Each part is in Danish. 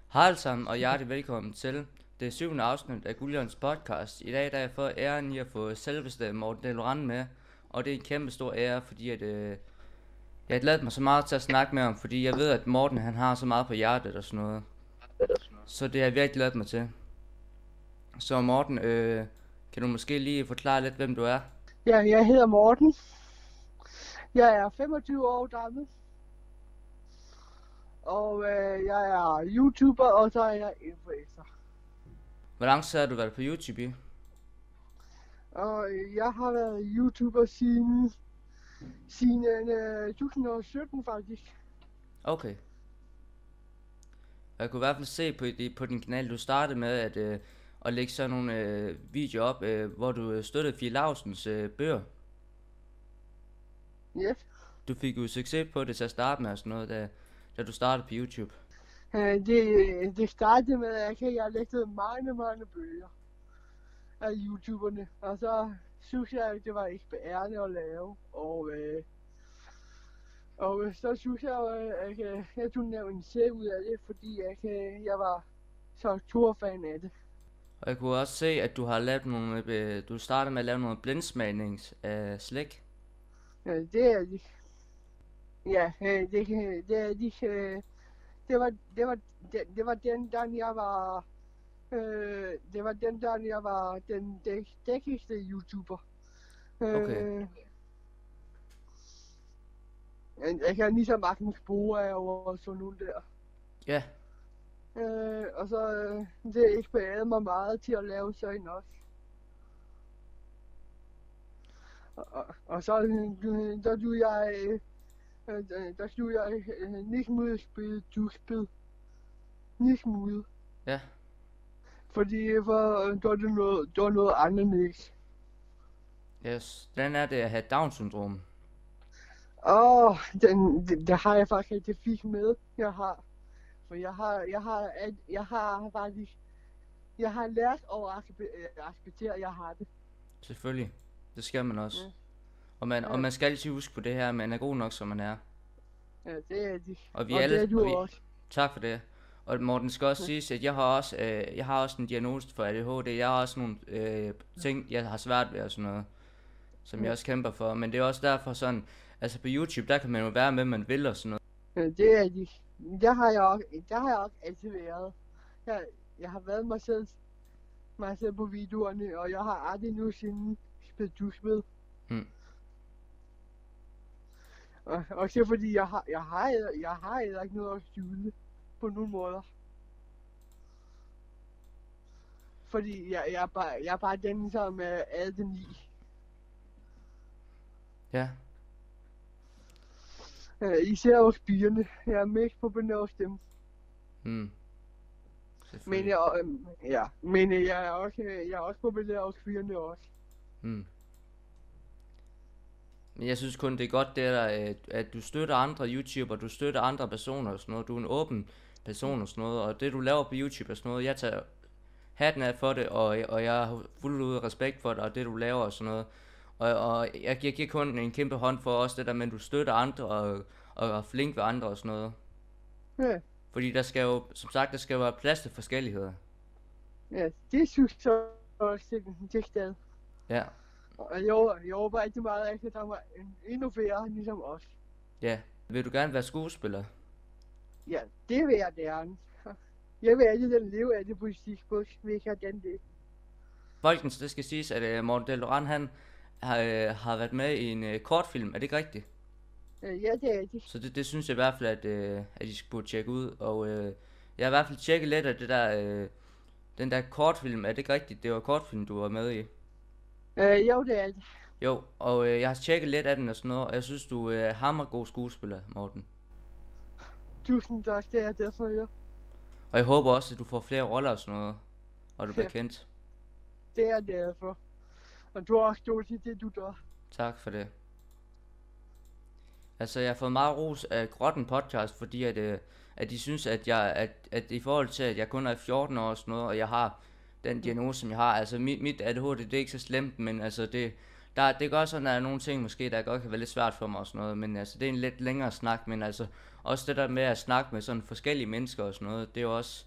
Hej alle sammen og hjertelig velkommen til det 7. afsnit af Guldjørns podcast. I dag der har jeg fået æren i at få selveste Morten Delorand med, og det er en kæmpe stor ære, fordi jeg har glædet mig så meget til at snakke med ham, fordi jeg ved, at Morten han har så meget på hjertet og sådan noget. Så det har jeg virkelig glædet mig til. Så Morten, kan du måske lige forklare lidt, hvem du er? Ja, jeg hedder Morten. Jeg er 25 år gammel. Og jeg er YouTuber, og så er jeg influencer. Hvor lang tid har du været på YouTube i? Og jeg har været YouTuber siden 2017 faktisk. Okay. Jeg kunne i hvert fald se på din kanal, du startede med at lægge sådan nogle videoer op, hvor du støttede Fie Lausens bøger. Yes. Du fik jo succes på det til at starte med og sådan noget, da du startede på YouTube. Det startede med, at jeg læste mange bøger af YouTuberne. Og så synes jeg, at det var ikke bærende at lave. Og så synes jeg, at jeg kunne lave en serie ud af det, fordi jeg var så stor fan af det. Og jeg kunne også se, at du har lavet du startede med at lave noget blindsmagning af slik. Ja, det er de. Ja, det er de. Det var den gang jeg var. Det var den gang jeg var den dækkigste YouTuber. Okay. Jeg kan ligesom Magnus Bora og sådan nogle der. Ja. Og så det inspirerede mig meget til at lave sådan også. Og så der skulle jeg Nickmude spille duspil. Nickmude. Ja. Fordi der var noget anderledes. Yes. Hvordan er det at have Down-syndrom? Det har jeg faktisk ikke fik med. Jeg har. For jeg har lært at acceptere, at jeg har det. Selvfølgelig. Det skal man også. Ja. Og man skal altid huske på det her, man er god nok som man er. Ja, det er de. Og det er du også. Tak for det. Og Morten, skal også siges, at jeg har også en diagnose for ADHD. Jeg har også nogle ting, jeg har svært ved og sådan noget, som jeg også kæmper for. Men det er også derfor sådan, altså på YouTube, der kan man jo være med, man vil og sådan noget. Ja, det er de. Der har jeg også altid været. Jeg har været mig selv på videoerne, og jeg har aldrig nogensinde spillet duspil. Og så fordi jeg har heller ikke noget at skjule på nogen måder. Fordi jeg er bare den, som er alle den i. Ja. Især hos pigerne. Jeg er mest populær hos dem. Men jeg er også populær hos pigerne også. Men jeg synes kun det er godt det der, at du støtter andre YouTuber, du støtter andre personer og sådan noget. Du er en åben person og sådan noget, og det du laver på YouTube og sådan noget, jeg tager hatten af for det, og jeg har fuldt ud respekt for det, og det du laver og sådan noget. Og jeg giver kun en kæmpe hånd for også det der med, at du støtter andre og er flink ved andre og sådan noget. Ja. Fordi der skal jo, som sagt, der skal jo være plads til forskelligheder. Ja, det synes jeg også, det sted. Ja. Og jeg håber rigtig meget, at jeg kan tage endnu flere ligesom os. Ja. Vil du gerne være skuespiller? Ja, det vil jeg gerne. Jeg vil altid leve af det på sidspunkt, hvis jeg kan det. Folkens, det skal siges, at Morten Delorand, han har været med i en kortfilm. Er det ikke rigtigt? Ja, det er det. Så det synes jeg i hvert fald, at I skal tjekke ud. Og jeg har i hvert fald tjekket lidt af det der, den der kortfilm. Er det ikke rigtigt? Det var kortfilm, du var med i. Jo, det er det. Jo, og jeg har tjekket lidt af den og sådan noget, og jeg synes, du er hammergod skuespiller, Morten. Tusind tak, det er derfor, ja. Og jeg håber også, at du får flere roller og sådan noget, og du bliver kendt. Det er derfor. Og du har også stået til det, du gør. Tak for det. Altså, jeg har fået meget ros af Grotten Podcast, fordi at de synes, at i forhold til, at jeg kun er 14 år og sådan noget, og jeg har den diagnose, som jeg har, altså mit ADHD, det er ikke så slemt, men altså det gør sådan, at der er nogle ting måske, der godt kan være lidt svært for mig og sådan noget, men altså det er en lidt længere snak, men altså også det der med at snakke med sådan forskellige mennesker og sådan noget, det er jo også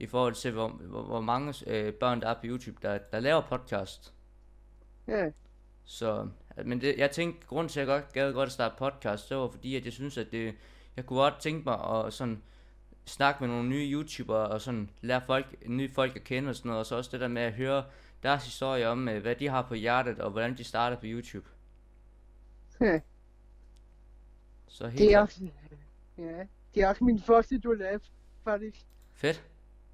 i forhold til, hvor mange børn der er på YouTube, der laver podcast. Ja, Så, men det, jeg tænkte, grunden til, at jeg gad godt at starte podcast, det var fordi, at jeg synes, at jeg kunne godt tænke mig at sådan snakke med nogle nye YouTubere, og sådan lære nye folk at kende og sådan noget, og så også det der med at høre deres historie om, hvad de har på hjertet, og hvordan de startede på YouTube. ja. Så helt Det er klart. også, ja, det er også min første duelab, faktisk. Fedt.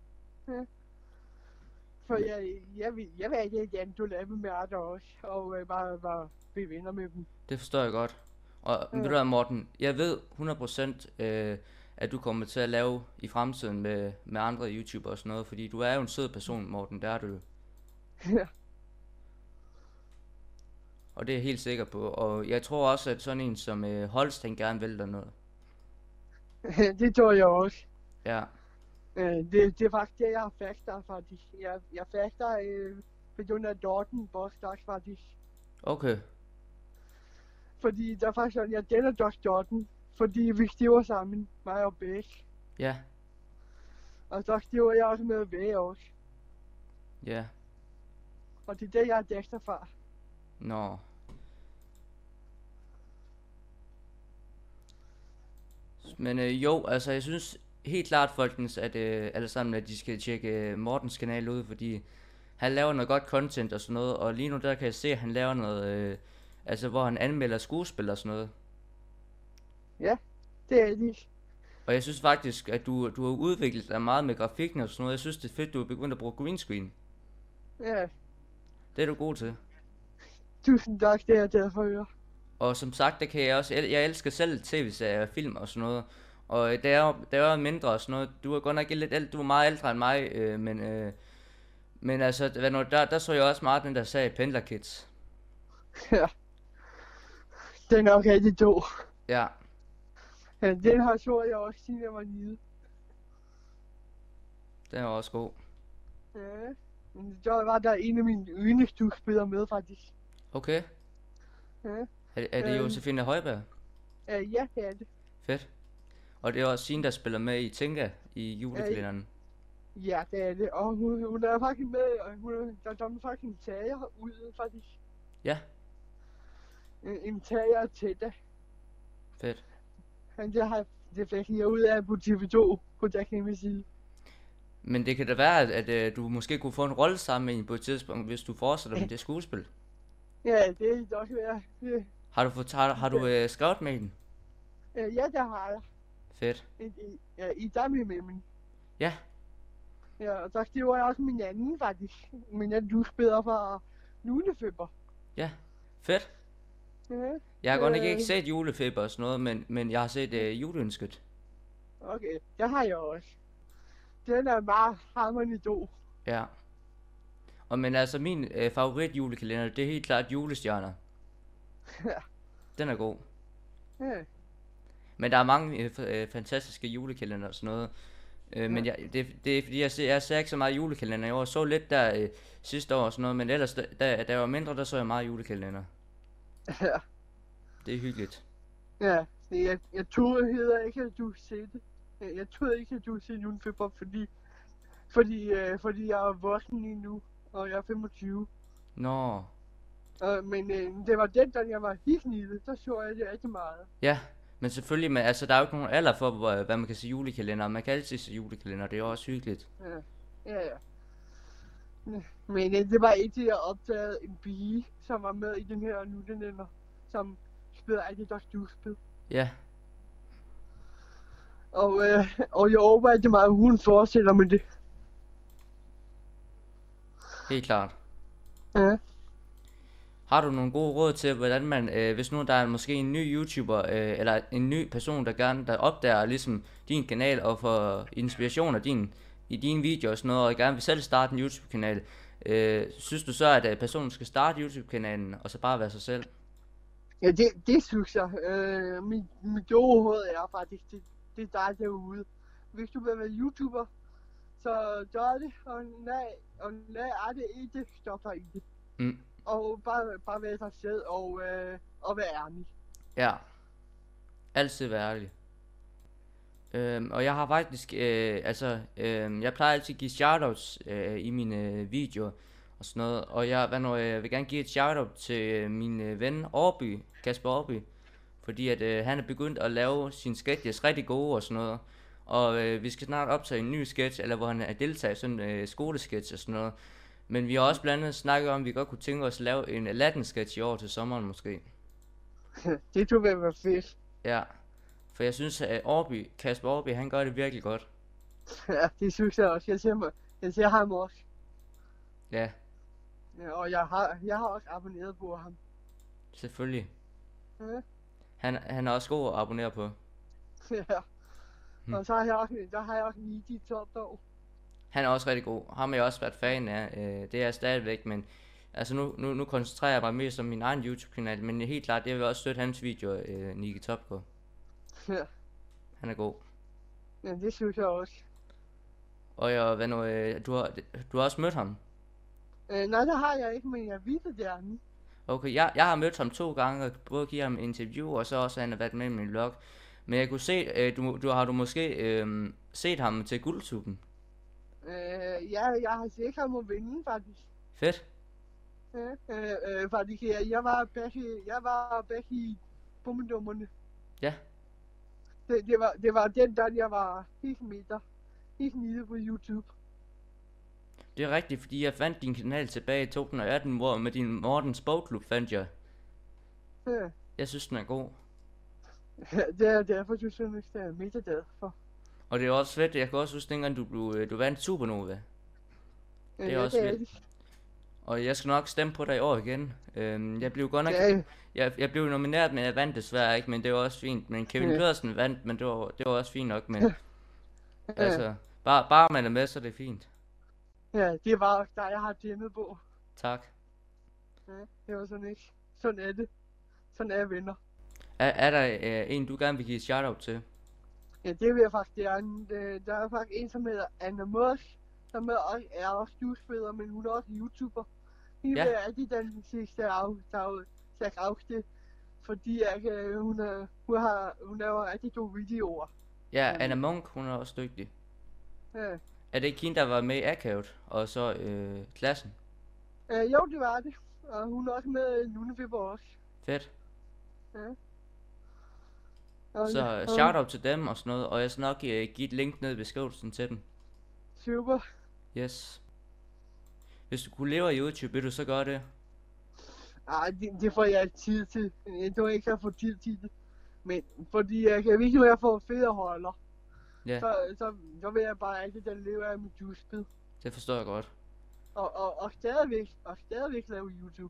For jeg vil ikke gerne duelabe med andre også, og bare blive venner med dem. Det forstår jeg godt. Og ved du hvad, Morten, jeg ved 100% at du kommer til at lave i fremtiden med andre YouTubere og sådan noget, fordi du er jo en sød person, Morten, der er du jo. Ja. Og det er jeg helt sikker på. Og jeg tror også, at sådan en som Holst, han gerne vil der noget. Det tror jeg også. Ja, Det er faktisk det, jeg har fægter, faktisk. Jeg fægter på grund af Dorten Bostock, faktisk. okay. Fordi der er faktisk sådan, jeg kender Josh Dorten, fordi vi stiver sammen, mig og Bæk. Ja, Og så stiver jeg også med Væg også. ja. Og det er det, jeg er Dexter fra. Nå. Men jo, altså jeg synes helt klart, folkens, at alle sammen, at de skal tjekke Mortens kanal ud, fordi han laver noget godt content og sådan noget, og lige nu der kan jeg se, at han laver noget, altså hvor han anmelder skuespil og sådan noget. Ja, det er det. Og jeg synes faktisk, at du har udviklet dig meget med grafikken og sådan noget. Jeg synes, det er fedt, du er begyndt at bruge green screen. Ja, Det er du god til. tusind tak, det er jeg glad for at høre. Og som sagt, det kan jeg også. Jeg elsker selv tv-serier, film og sådan noget. Og da jeg var mindre og sådan noget, du er godt nok lidt ældre, du er meget ældre end mig, men altså, der så jeg også meget den der serie Pendler Kids. Ja, den er nok rigtig god. Ja, Ja, den har så jeg også, siden jeg var lille. den var også god. Ja, men så var der en af mine yndlingsduespillere med, faktisk. Okay, Ja, er det Josefine Højberg? ja, det er det. Fedt. Og det er også Signe, der spiller med i Tinka i julekalenderen. Ja, det er det. Og hun er faktisk med, og der kommer faktisk en tager ud, faktisk. Ja, En tager til det. fedt. Men det fik jeg ud af på TV2, på Jack Hemmings side. Men det kan da være, at du måske kunne få en rolle sammen med hende på et tidspunkt, hvis du fortsætter med det skuespil. Ja, det er nok være. Har du skrevet med hende? Ja, der har jeg. Fedt. I sammen med mig. Ja, Ja, og så skriver jeg også min anden, faktisk. Min anden duespiller fra Lunefeber. ja, fedt. Ja, Jeg har godt nok ikke set julefeber og sådan noget, men jeg har set juleønsket. okay, det har jeg også. Den er meget hammerende god. Ja. Og men altså min favorit julekalender, det er helt klart Julestjerner. Ja. Den er god. Ja, Men der er mange fantastiske julekalender og sådan noget. Men det er fordi jeg ser ikke så meget julekalender i år. Jeg så lidt der sidste år og sådan noget, men ellers da jeg var mindre, der så jeg meget julekalender. ja. Det er hyggeligt. Ja, jeg troede heller ikke, at du se det. Jeg troede ikke, at du se Lunefeber, fordi jeg er voksen lige nu, og jeg er 25. Nå, Men det var den, da jeg var helt lille, der så jeg det rigtig meget. ja. Men selvfølgelig, men altså der er jo ikke nogen alder for, hvad man kan se julekalender. Man kan altid se julekalender, det er jo også hyggeligt. Ja. Men det var ikke, jeg opdagede en pige, som var med i den her julekalender, som spiller alt det skuespil. Ja, Og jeg håber rigtig meget, at hun fortsætter med det. helt klart. Ja. Har du nogle gode råd til, hvordan man, hvis nu der er måske en ny YouTuber, eller en ny person, der opdager ligesom din kanal og får inspiration af i dine videoer og sådan noget, og gerne vil selv starte en YouTube-kanal, synes du så, at personen skal starte YouTube-kanalen, og så bare være sig selv? Ja, det synes jeg. Mit gode råd er faktisk, det er dig derude. Hvis du vil være YouTuber, så gør det, og lad det ikke stoppe dig i det. Mm. Og bare være sig selv og være ærlig. Ja, altid være ærlig. Og jeg har faktisk, jeg plejer altid at give shoutouts i mine videoer og sådan noget. Og jeg vil gerne give et shoutout til min ven Årby, Kasper Årby. Fordi at han er begyndt at lave sine sketches rigtig gode og sådan noget. Og vi skal snart optage en ny sketch, eller hvor han er deltager i sådan en skolesketch og sådan noget. Men vi har også blandt andet snakket om, at vi godt kunne tænke os at lave en Aladdin-sketch i år til sommeren måske. Det kunne være fedt. Ja, for jeg synes, at Kasper Årby, han gør det virkelig godt. Ja, det synes jeg også. Jeg ser ham også. Ja, Ja, og jeg har også abonneret på ham. selvfølgelig. Ja, Han er også god at abonnere på. ja. Og så har jeg også lige de top dog. Han er også rigtig god. Ham har jeg også været fan af. Det er jeg stadigvæk, men altså nu koncentrerer jeg mig mest om min egen YouTube-kanal. Men helt klart, jeg vil også støtte hans video, Niki Topgaard. Ja, Han er god. ja, det synes jeg også. Og du har også mødt ham? Nej, det har jeg ikke, men jeg vil det gerne. Okay, jeg har mødt ham 2 gange, og både givet ham interview, og så også han har været med i min vlog. Men jeg kunne se, har du måske set ham til Guldtuben? Ja, jeg har set ham at vinde, faktisk. Fedt. Faktisk, jeg var back i bommedummerne. Ja, Det var den, der jeg var helt nede på YouTube. det er rigtigt, fordi jeg fandt din kanal tilbage i 2018, hvor med din Mortens Bogklub fandt jeg. Ja, Jeg synes, den er god. det er derfor, du synes, det er mega glad for. Og det er også fedt, jeg kan også huske dengang du vandt Supernova. Det er også fedt. det. Og jeg skal nok stemme på dig i år igen. Jeg blev godt nok... Ja, Jeg blev nomineret, men jeg vandt desværre ikke, men det var også fint. Men Kevin Ja. Pedersen vandt, men det var også fint nok. Men ja, altså, bare man er med, så er det fint. ja, det var også der, jeg har tjent på. Tak. Ja, det var sådan ikke. Sådan er det. Sådan er venner. Er der en, du gerne vil give et shoutout til? Ja, det vil jeg faktisk gerne. Der er faktisk en, som hedder Anna Mors, som er også skuespiller, men hun er også YouTuber. Hende Ja. vil jeg altid den sidste afsted, fordi hun laver rigtig gode videoer. Ja, Anna Munk, hun er også dygtig. Ja. Er det ikke hende, der var med i Akavet, og så klassen? Jo, det var det. Og hun er også med i Lunefeber også. Fedt. Ja. Og, Så shoutout til dem og sådan noget, og jeg skal nok give et link ned i beskrivelsen til dem. Super. Yes. Hvis du kunne leve af YouTube, vil du så gøre det? Ej, det får jeg ikke tid til. Jeg tror ikke, jeg får tid til det. Men fordi jeg kan virkelig være for fed holder. Ja, Så vil jeg bare altid den leve af mit juicebid. det forstår jeg godt. Og stadigvæk lave YouTube.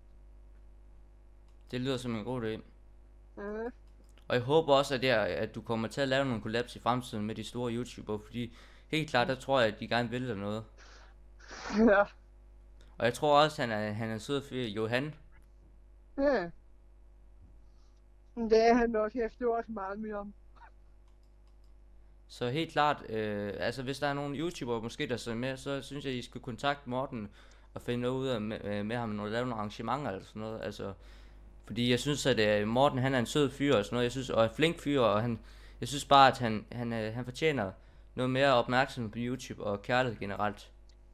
Det lyder som en god idé. Ja, Og jeg håber også, at du kommer til at lave nogle collabs i fremtiden med de store YouTubere, fordi helt klart, der tror jeg, at de gerne vil dig noget. ja, Og jeg tror også, han er sød fyr, Johan. ja. Det er han også. Jeg står også meget med om. Så helt klart, altså hvis der er nogle YouTubere måske, der ser med, så synes jeg, I skal kontakte Morten og finde noget ud af med ham, når der laver nogle arrangementer eller sådan noget. Altså, fordi jeg synes, at Morten, han er en sød fyr og sådan noget, jeg synes, og en flink fyr, og jeg synes bare, at han fortjener noget mere opmærksomhed på YouTube og kærlighed generelt.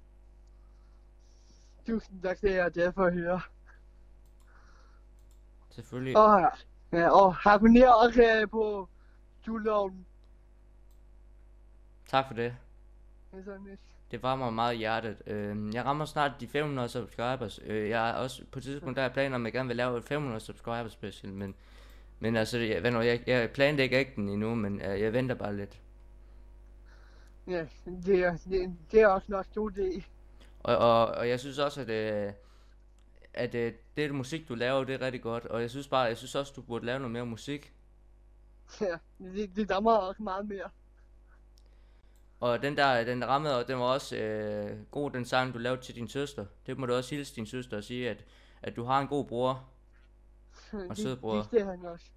Tusind tak, det er jeg glad for at høre. Selvfølgelig. Og abonner også på Juloven. Tak for det. Det er sådan lidt. Det varmer mig meget i hjertet. Jeg rammer snart de 500 subscribers. Jeg er også på et tidspunkt, der er planer om, at jeg gerne vil lave et 500 subscribers special, men altså, jeg planlægger ikke den endnu, men jeg venter bare lidt. Ja, det er også nok stor idé. Og jeg synes også, at det musik, du laver, det er rigtig godt, og jeg synes også, du burde lave noget mere musik. Ja, det dammer også meget mere. Og den rammede, og den var også god, den sang, du lavede til din søster. Det må du også hilse din søster og sige, at du har en god bror. Og sød bror. Det er han også.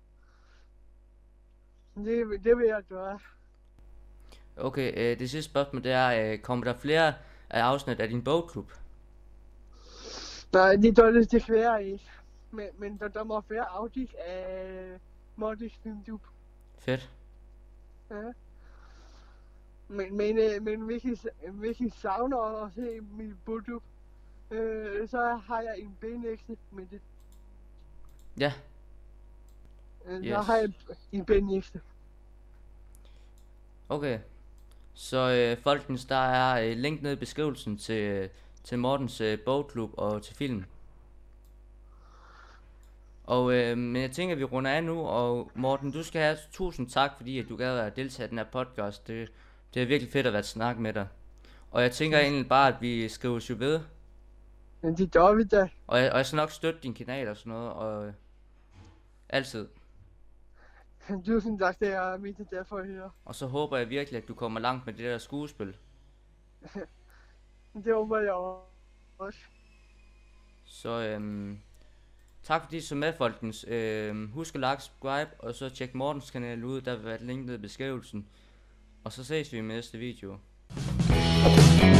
Det vil jeg gøre. Okay, det sidste spørgsmål, det er, kommer der flere afsnit af din bogklub? Nej, det er det desværre ikke. Men der må være afsnit af Mortens YouTube. Fedt. Ja. Men hvis I savner at se mit YouTube, så har jeg en benægte med det. Ja, Så har jeg en benægte. okay. Så folkens, der er link ned i beskrivelsen til Mortens bogklub og til film. Og men jeg tænker, at vi runder af nu, og Morten, du skal have 1000 tak, fordi at du gad at deltage i den her podcast. Det er virkelig fedt at være snakke med dig. Og jeg tænker egentlig bare, at vi skrives jo ved. Men det gør vi da. Og jeg skal nok støtte din kanal og sådan noget, og altid. Tusind tak, det er mit derfor at høre. Og så håber jeg virkelig, at du kommer langt med det der skuespil. Det håber jeg også. Så tak fordi I så med, folkens. Husk at like, subscribe, og så tjek Mortens kanal ud, der vil være et link ned i beskrivelsen. Og så ses vi i næste video.